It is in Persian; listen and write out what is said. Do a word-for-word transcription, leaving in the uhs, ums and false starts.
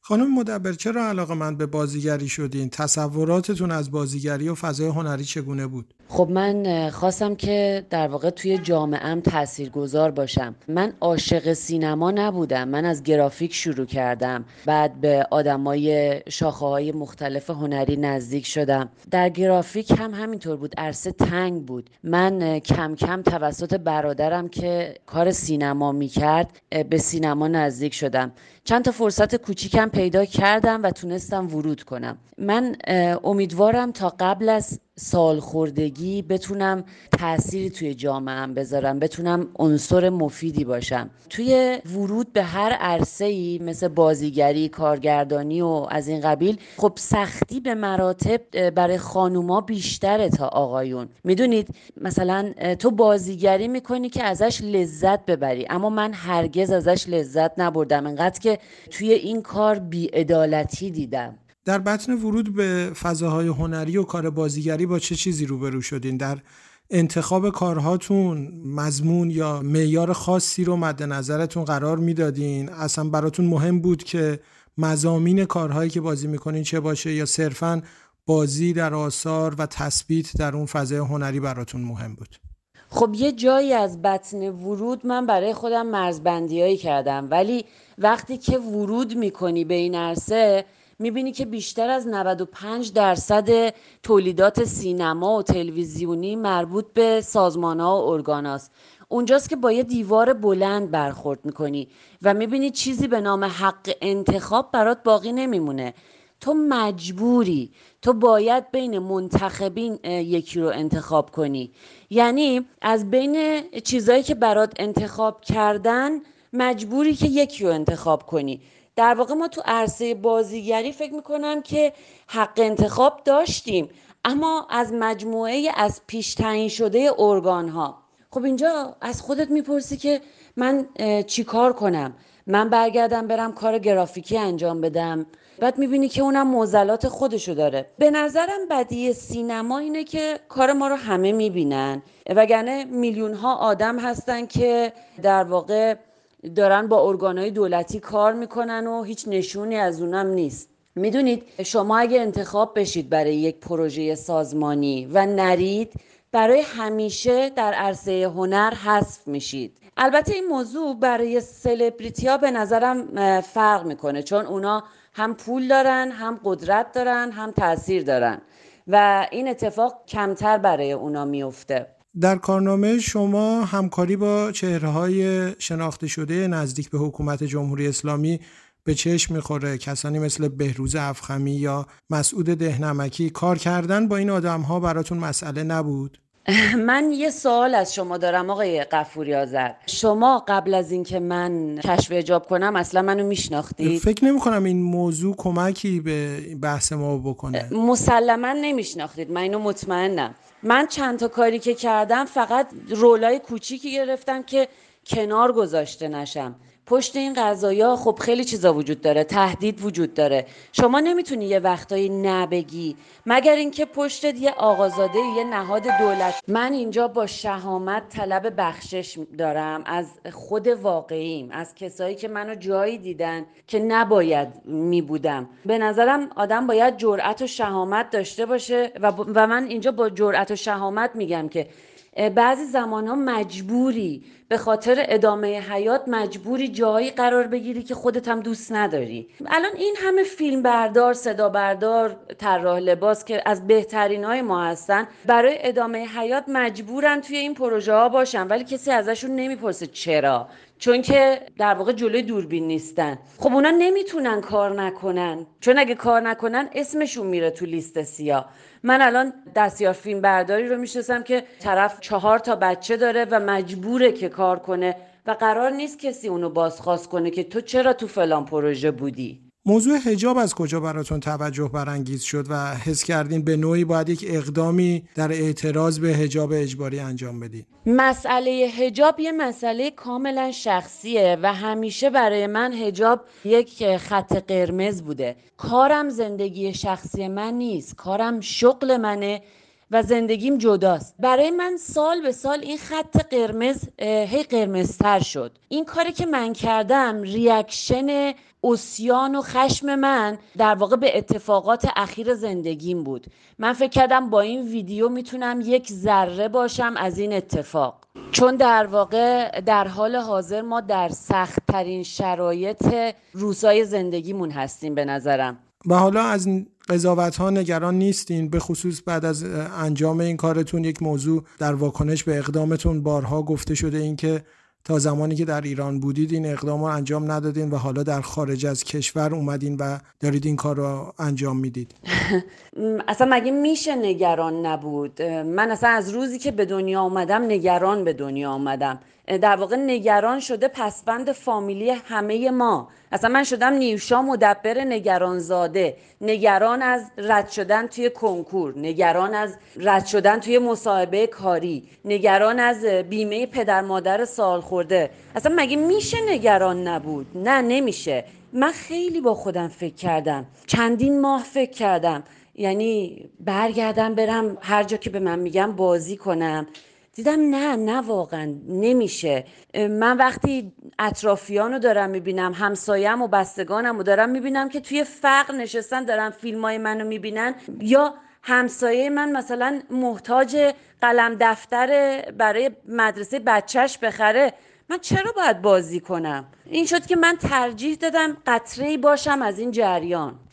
خانم مدبر، چرا علاقه‌مند به بازیگری شدین؟ تصوراتتون از بازیگری و فضای هنری چگونه بود؟ خب من خواستم که در واقع توی جامعه‌ام تاثیرگذار باشم. من عاشق سینما نبودم. من از گرافیک شروع کردم. بعد به آدمای شاخه‌های مختلف هنری نزدیک شدم. در گرافیک هم همینطور بود. عرصه تنگ بود. من کم کم توسط برادرم که کار سینما میکرد به سینما نزدیک شدم. چند تا فرصت کوچیکم پیدا کردم و تونستم ورود کنم. من امیدوارم تا قبل از سالخوردگی بتونم تأثیری توی جامعه‌ام بذارم، بتونم عنصر مفیدی باشم. توی ورود به هر عرصه‌ای مثل بازیگری، کارگردانی و از این قبیل، خب سختی به مراتب برای خانوما بیشتره تا آقایون. میدونید مثلا تو بازیگری میکنی که ازش لذت ببری، اما من هرگز ازش لذت نبردم، انقدر که توی این کار بی‌عدالتی دیدم. در بطن ورود به فضاهای هنری و کار بازیگری با چه چیزی روبرو شدین؟ در انتخاب کارهاتون مضمون یا معیار خاصی رو مد نظرتون قرار میدادین؟ اصلا براتون مهم بود که مضامین کارهایی که بازی میکنین چه باشه، یا صرفاً بازی در آثار و تثبیت در اون فضای هنری براتون مهم بود؟ خب یه جایی از بطن ورود من برای خودم مرزبندیایی کردم، ولی وقتی که ورود میکنی به این عرصه میبینی که بیشتر از نود و پنج درصد تولیدات سینما و تلویزیونی مربوط به سازمان‌ها و ارگاناست. اونجاست که با یه دیوار بلند برخورد میکنی و میبینی چیزی به نام حق انتخاب برات باقی نمیمونه. تو مجبوری، تو باید بین منتخبین یکی رو انتخاب کنی. یعنی از بین چیزایی که برات انتخاب کردن مجبوری که یکی رو انتخاب کنی. در واقع ما تو عرصه بازیگری فکر میکنم که حق انتخاب داشتیم، اما از مجموعه از پیش تعیین شده ارگان ها. خب اینجا از خودت میپرسی که من چی کار کنم؟ من برگردم برم کار گرافیکی انجام بدم؟ بعد میبینی که اونم معضلات خودشو داره. به نظرم بدیه سینما اینه که کار ما رو همه میبینن، وگرنه میلیون ها آدم هستن که در واقع دارن با ارگانهای دولتی کار میکنن و هیچ نشونی از اونم نیست. میدونید شما اگه انتخاب بشید برای یک پروژه سازمانی و نرید، برای همیشه در عرصه هنر حذف میشید. البته این موضوع برای سلبریتی ها به نظرم فرق میکنه، چون اونا هم پول دارن، هم قدرت دارن، هم تأثیر دارن و این اتفاق کمتر برای اونا میفته. در کارنامه شما همکاری با چهره‌های شناخته شده نزدیک به حکومت جمهوری اسلامی به چشم میخوره. کسانی مثل بهروز افخمی یا مسعود دهنمکی. کار کردن با این آدم‌ها براتون مسئله نبود؟ من یه سوال از شما دارم آقای غفوری آذر. شما قبل از اینکه من کشف حجاب کنم اصلا منو میشناختید؟ فکر نمی کنم این موضوع کمکی به بحث ما بکنه. مسلما نمیشناختید، من اینو مطمئنم. من چند تا کاری که کردم فقط رولای کوچیکی گرفتم که کنار گذاشته نشم. پشت این قضایا خب خیلی چیزا وجود داره، تهدید وجود داره. شما نمیتونی یه وقتایی نبگی مگر اینکه پشتت یه آقازاده، یه نهاد دولت. من اینجا با شهامت طلب بخشش دارم از خود واقعیم، از کسایی که منو جایی دیدن که نباید میبودم. به نظرم آدم باید جرأت و شهامت داشته باشه و, و من اینجا با جرأت و شهامت میگم که بعضی زمانها مجبوری به خاطر ادامه حیات مجبوری جایی قرار بگیری که خودت هم دوست نداری. الان این همه فیلم بردار، صدا بردار، طراح لباس که از بهترین های ما هستن، برای ادامه حیات مجبورن توی این پروژه ها باشن، ولی کسی ازشون نمیپرسه چرا. چون که در واقع جلوی دوربین نیستن. خب اونا نمیتونن کار نکنن، چون اگه کار نکنن اسمشون میره تو لیست سیاه. من الان دستیار فیلم برداری رو میشناسم که طرف چهار تا بچه داره و مجبوره که کار کنه و قرار نیست کسی اونو بازخواست کنه که تو چرا تو فلان پروژه بودی. موضوع حجاب از کجا براتون توجه برانگیز شد و حس کردین به نوعی باید یک اقدامی در اعتراض به حجاب اجباری انجام بدین؟ مسئله حجاب یه مسئله کاملا شخصیه و همیشه برای من حجاب یک خط قرمز بوده. کارم زندگی شخصی من نیست، کارم شغل منه و زندگیم جداست. برای من سال به سال این خط قرمز هی قرمزتر شد. این کاری که من کردم ریاکشن عصیان و خشم من در واقع به اتفاقات اخیر زندگیم بود. من فکر کردم با این ویدیو میتونم یک ذره باشم از این اتفاق، چون در واقع در حال حاضر ما در سخت‌ترین شرایط روزهای زندگیمون هستیم به نظرم. و حالا از قضاوت ها نگران نیستین؟ به خصوص بعد از انجام این کارتون یک موضوع در واکنش به اقدامتون بارها گفته شده، این که تا زمانی که در ایران بودید این اقدام رو انجام ندادین و حالا در خارج از کشور اومدین و دارید این کار رو انجام میدید. اصلا مگه میشه نگران نبود؟ من اصلا از روزی که به دنیا اومدم نگران به دنیا اومدم. در واقع نگران شده پسوند فامیلی همه ما. اصلا من شدم نیوشا مدبر نگرانزاده، نگران از رد شدن توی کنکور، نگران از رد شدن توی مصاحبه کاری، نگران از بیمه پدر مادر سال خورده. اصلا مگه میشه نگران نبود؟ نه نمیشه. من خیلی با خودم فکر کردم، چندین ماه فکر کردم، یعنی برگردم برم هر جا که به من میگم بازی کنم. دیدم نه نه واقعا نمیشه. من وقتی اطرافیانو دارم میبینم، همسایم و بستگانم رو دارم میبینم که توی فقر نشستن دارن فیلمای منو میبینن، یا همسایه من مثلا محتاج قلم دفتر برای مدرسه بچهش بخره، من چرا باید بازی کنم؟ این شد که من ترجیح دادم قطره‌ای باشم از این جریان.